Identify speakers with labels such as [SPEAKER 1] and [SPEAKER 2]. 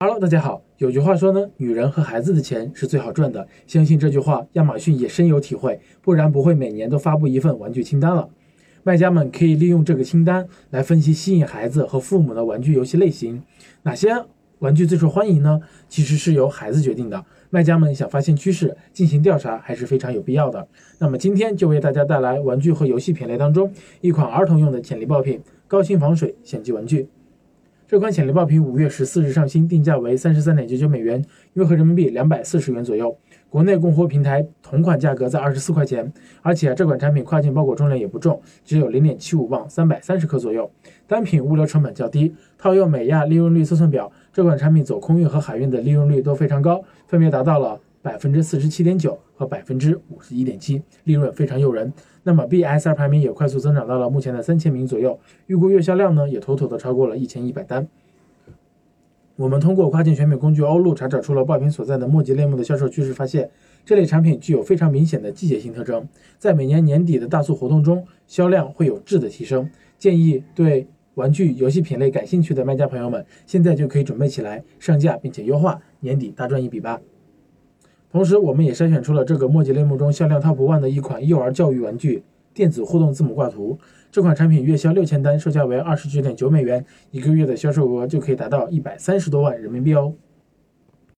[SPEAKER 1] Hello，大家好。有句话说呢，女人和孩子的钱是最好赚的。相信这句话，亚马逊也深有体会，不然不会每年都发布一份玩具清单了。卖家们可以利用这个清单来分析吸引孩子和父母的玩具游戏类型，哪些玩具最受欢迎呢？其实是由孩子决定的。卖家们想发现趋势，进行调查还是非常有必要的。那么今天就为大家带来玩具和游戏品类当中一款儿童用的潜力爆品——高清防水显技玩具。这款潜力爆品5月14日上新，定价为33.99美元，约合人民币240元左右。国内供货平台同款价格在24块钱，而且这款产品跨境包裹重量也不重，只有0.75磅，330克左右。单品物流成本较低，套用美亚利润率测算表，这款产品走空运和海运的利润率都非常高，分别达到了47.9%和51.7%，利润非常诱人。那么 BSR 排名也快速增长到了目前的3000名左右，预估月销量呢也妥妥的超过了1100单。我们通过跨境选美工具欧路查找出了爆品所在的末级类目的销售趋势，发现这类产品具有非常明显的季节性特征，在每年年底的大促活动中，销量会有质的提升。建议对玩具游戏品类感兴趣的卖家朋友们，现在就可以准备起来上架并且优化，年底大赚一笔吧。同时，我们也筛选出了这个末级类目中销量 Top 1的一款幼儿教育玩具——电子互动字母挂图。这款产品月销6000单，售价为29.9美元，一个月的销售额就可以达到130多万人民币哦。